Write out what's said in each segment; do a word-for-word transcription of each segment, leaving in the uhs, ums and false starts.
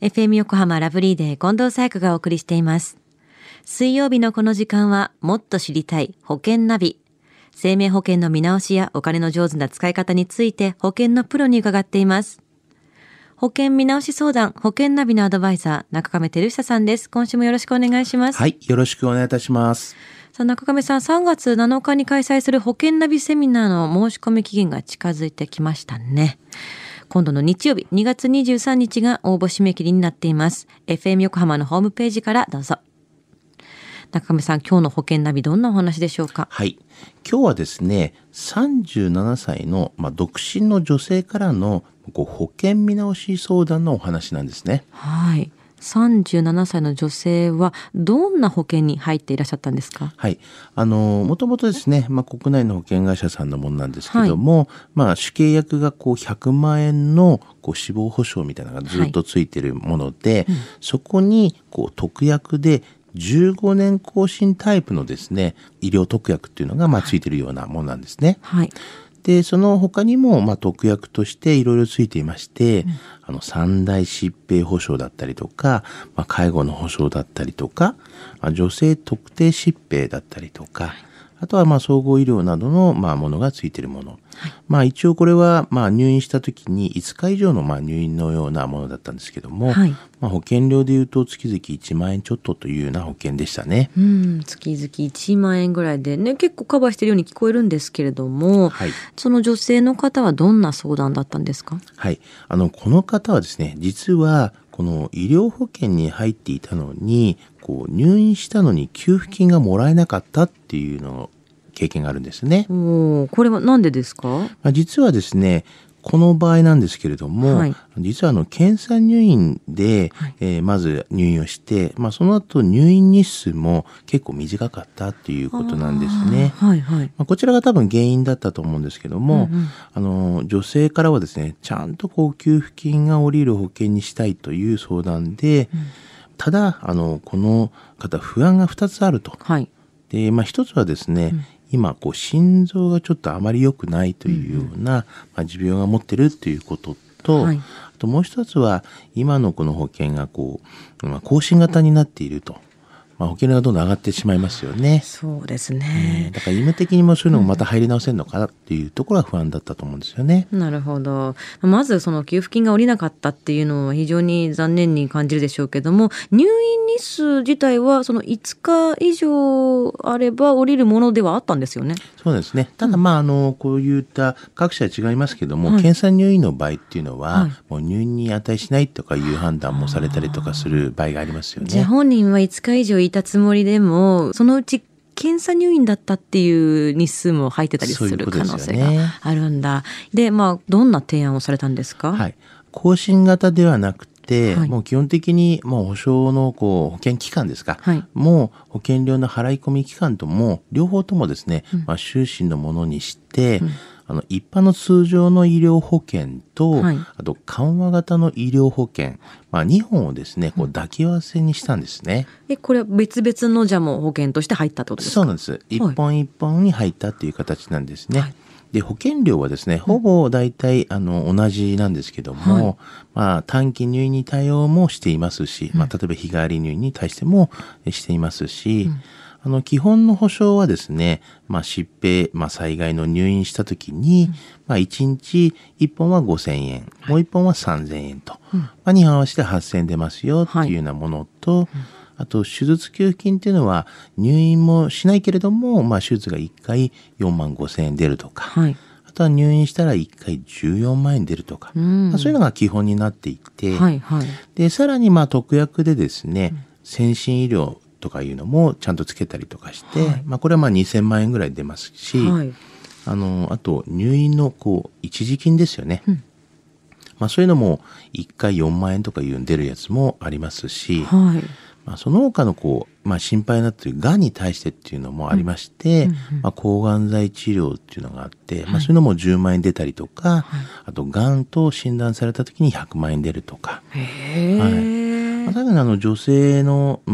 エフエム 横浜ラブリーデー近藤紗友香がお送りしています。水曜日のこの時間はもっと知りたい保険ナビ。生命保険の見直しやお金の上手な使い方について保険のプロに伺っています。保険見直し相談保険ナビのアドバイザー中亀照久さんです。今週もよろしくお願いします。 はい、よろしくお願いいたします。 さあ中亀さん、さんがつなのかに開催する保険ナビセミナーの申し込み期限が近づいてきましたね。今度の日曜日にがつにじゅうさんにちが応募締め切りになっています。 エフエム 横浜のホームページからどうぞ。中亀さん、今日の保険ナビどんなお話でしょうか？ はい、今日はですねさんじゅうななさいの、まあ、独身の女性からのこう保険見直し相談のお話なんですね。 はい、さんじゅうななさいの女性はどんな保険に入っていらっしゃったんですか？ はい、あのもともとですね、まあ、国内の保険会社さんのものなんですけども、はい、まあ、主契約がこうひゃくまんえんのこう死亡保障みたいなのがずっとついているもので、はい、うん、そこにこう特約でじゅうごねん更新タイプのですね医療特約っていうのがまあついているようなものなんですね。 はい、 でその他にもまあ特約としていろいろついていまして、うん、あの三大疾病保障だったりとか、まあ、介護の保障だったりとか、まあ、女性特定疾病だったりとか、はい、あとはまあ総合医療などのまあものがついているもの、はい、まあ一応これはまあ入院した時にいつか以上のまあ入院のようなものだったんですけども、はい、まあ、保険料でいうと月々いちまんえんちょっとというような保険でしたね。 うん、月々いちまんえんぐらいでね、結構カバーしているように聞こえるんですけれども、はい、その女性の方はどんな相談だったんですか？ はい、あのこの方はですね、実はこの医療保険に入っていたのにこう入院したのに給付金がもらえなかったっていうのを経験があるんですね。 おー、これはなんでですか？ まあ、実はですねこの場合なんですけれども、はい、実はあの検査入院で、はい、えー、まず入院をして、まあ、その後入院日数も結構短かったっていうことなんですね。 はいはい、 まあ、こちらが多分原因だったと思うんですけども、うんうん、あの女性からはですねちゃんとこう給付金が下りる保険にしたいという相談で、うん、ただあのこの方不安がふたつあると。はい、で、まあ、ひとつはですね、うん、今こう心臓がちょっとあまり良くないというような、うんうん、まあ、持病が持ってるっていうことと、はい、あともう一つは今のこの保険がこう、まあ、更新型になっていると、まあ、保険料がどんどん上がってしまいますよね。 そうですね、 うん、だから医務的にもそういうのもまた入り直せるのかなっていうところは不安だったと思うんですよね。 うん、なるほど。まずその給付金が下りなかったっていうのは非常に残念に感じるでしょうけども、入院日数自体はそのいつか以上あれば下りるものではあったんですよね。 そうですね。ただまあ、あのこういった各社違いますけども、はい、検査入院の場合っていうのは、はい、もう入院に値しないとかいう判断もされたりとかする場合がありますよね。 じゃあ本人はいつか以上いたつもりでもそのうち検査入院だったっていう日数も入ってたりする可能性があるんだ。で、まあどんな提案をされたんですか？ はい、更新型ではなくて、はい、もう基本的にもう保証のこう保険期間ですか、はい、もう保険料の払い込み期間とも両方ともですね、うん、まあ、終身のものにして、うん、あの一般の通常の医療保険と、はい、あと緩和型の医療保険、まあ、にほんをですねこう抱き合わせにしたんですね。 えこれは別々のじゃもう保険として入ったってことですか？ そうなんです。一本一本に入ったっていう形なんですね。はい、で保険料はですねほぼ大体あの同じなんですけども、はい、まあ、短期入院に対応もしていますし、まあ、例えば日帰り入院に対してもしていますし、うん、あの基本の保障はですね、まあ、疾病、まあ、災害の入院した時に、うん、まあ、いちにちいっぽんはごせんえん、はい、もういっぽんはさんぜんえんと、うん、まあ、にほん合わせてはっせんえん出ますよっていうようなものと、はい、うん、あと手術給付金っていうのは入院もしないけれども、まあ、手術がいっかいよんまんごせんえん出るとか、はい、あとは入院したらいっかいじゅうよんまんえん出るとか、うん、まあ、そういうのが基本になっていて、はいはい、でさらにまあ特約でですね、うん、先進医療とかいうのもちゃんとつけたりとかして、はい、まあ、これはまあにせんまんえんぐらい出ますし、はい、あのあと入院のこう一時金ですよね、うん、まあ、そういうのもいっかいよんまんえんとかいうの出るやつもありますし、はい、まあ、その他のこう、まあ、心配になっているがんに対してっていうのもありまして、うんうんうん、まあ、抗がん剤治療っていうのがあって、はい、まあ、そういうのもじゅうまんえん出たりとか、はい、あとがんと診断された時にひゃくまんえん出るとか、へー、はい、まあ、最後にあの女性の、まあ、疾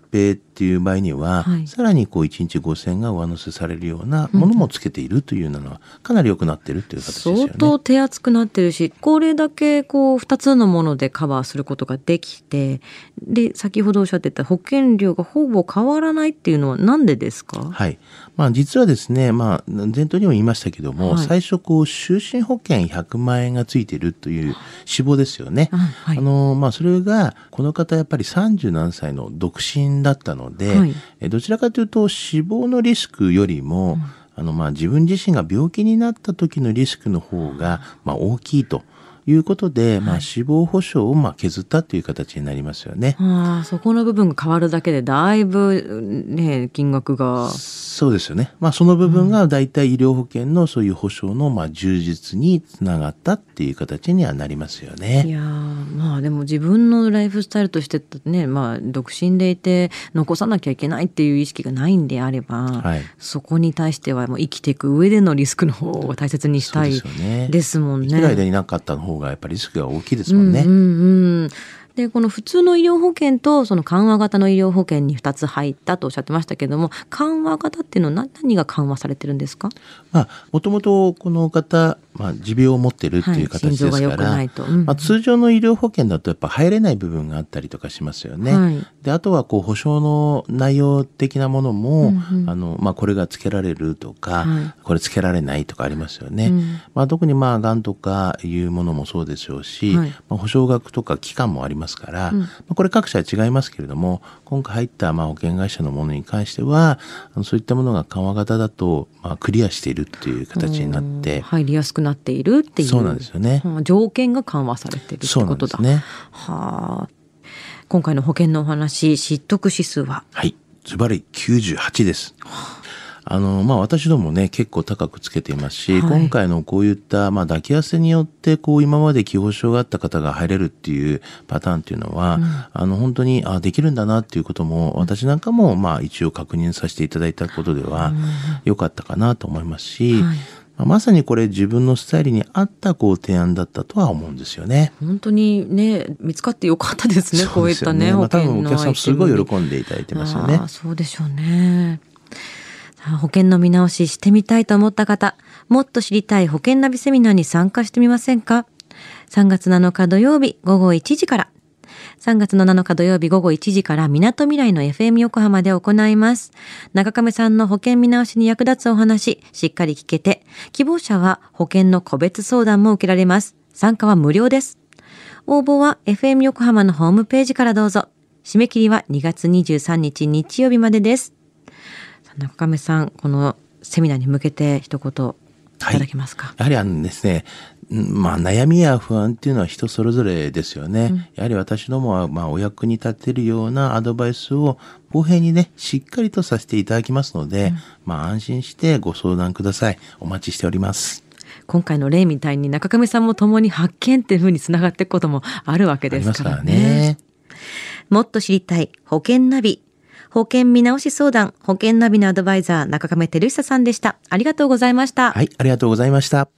併っていう場合には、はい、さらにこういちにちごせんえんが上乗せされるようなものもつけているというのはかなり良くなっているという形ですよね。 相当手厚くなってるし、これだけこうふたつのものでカバーすることができて、で先ほどおっしゃってた保険料がほぼ変わらないっていうのはなんでですか？ はい、まあ、実はですね、まあ、前頭にも言いましたけども、はい、最初こう就寝保険ひゃくまんえんがついているという死亡ですよね。はい、あのまあ、それがこの方やっぱりさんじゅうなんさいの独身だったので、はい、えどちらかというと死亡のリスクよりも、うん、あのまあ自分自身が病気になった時のリスクの方がまあ大きいということで、はい、まあ、死亡保障をまあ削ったという形になりますよね。 あ、そこの部分が変わるだけでだいぶ、ね、金額が。 そうですよね。まあ、その部分がだいたい医療保険のそういう保障のまあ充実につながったっていう形にはなりますよね。 いやまあでも自分のライフスタイルとしてね、まあ、独身でいて残さなきゃいけないっていう意識がないんであれば、はい、そこに対してはもう生きていく上でのリスクの方を大切にしたいですもんね。 生きる間になかった方がやっぱりリスクが大きいですもんね。 うんうんうん、でこの普通の医療保険とその緩和型の医療保険にふたつ入ったとおっしゃってましたけども、緩和型っていうのは何, 何が緩和されてるんですか？ まあ、もともとこの方、まあ、持病を持ってるっていう形ですから、はい、心臓が良くないと、うん、まあ、通常の医療保険だとやっぱ入れない部分があったりとかしますよね。はい、であとはこう保証の内容的なものも、うんうん、あのまあ、これがつけられるとか、はい、これつけられないとかありますよね。うん、まあ、特にまあがんとかいうものもそうでしょうし、はい、まあ、保証額とか期間もありますから、うん、まあ、これ各社違いますけれども、今回入ったまあ保険会社のものに関してはあのそういったものが緩和型だとまあクリアしているっていう形になって入りやすくなっているっていう、 そうなんですよね。 条件が緩和されているってことだ。 そうなんですね。 はあ、今回の保険のお話、知得指数は？ はい、ズバリきゅうじゅうはちです。はあ、あのまあ、私どもね結構高くつけていますし、はい、今回のこういった、まあ、抱き合わせによってこう今まで希望症があった方が入れるっていうパターンっていうのは、うん、あの本当にあできるんだなっていうことも、うん、私なんかもまあ一応確認させていただいたことでは良かったかなと思いますし、はい、まあ、まさにこれ自分のスタイルに合ったこう提案だったとは思うんですよね。 本当にね見つかってよかったですね。こういったね、 まあ、多分お客さんすごい喜んでいただいてますよね。 あ、そうでしょうね。保険の見直ししてみたいと思った方、もっと知りたい保険ナビセミナーに参加してみませんか？さんがつなのか土曜日ごごいちじから、さんがつのなのか土曜日ごごいちじからみなとみらいの エフエム 横浜で行います。中亀さんの保険見直しに役立つお話、しっかり聞けて、希望者は保険の個別相談も受けられます。参加は無料です。応募は エフエム 横浜のホームページからどうぞ。締め切りはにがつにじゅうさんにち日曜日までです。中亀さん、このセミナーに向けて一言いただけますか？ はい、やはりあのですね、まあ、悩みや不安っていうのは人それぞれですよね。うん、やはり私どもはまあお役に立てるようなアドバイスを公平にねしっかりとさせていただきますので、うん、まあ安心してご相談ください。お待ちしております。 今回の例みたいに中亀さんも共に発見っていうふうにつながっていくこともあるわけですからね。ありますからね。もっと知りたい保険ナビ、保険見直し相談、保険ナビのアドバイザー中亀照久さんでした。ありがとうございました。 はい、ありがとうございました。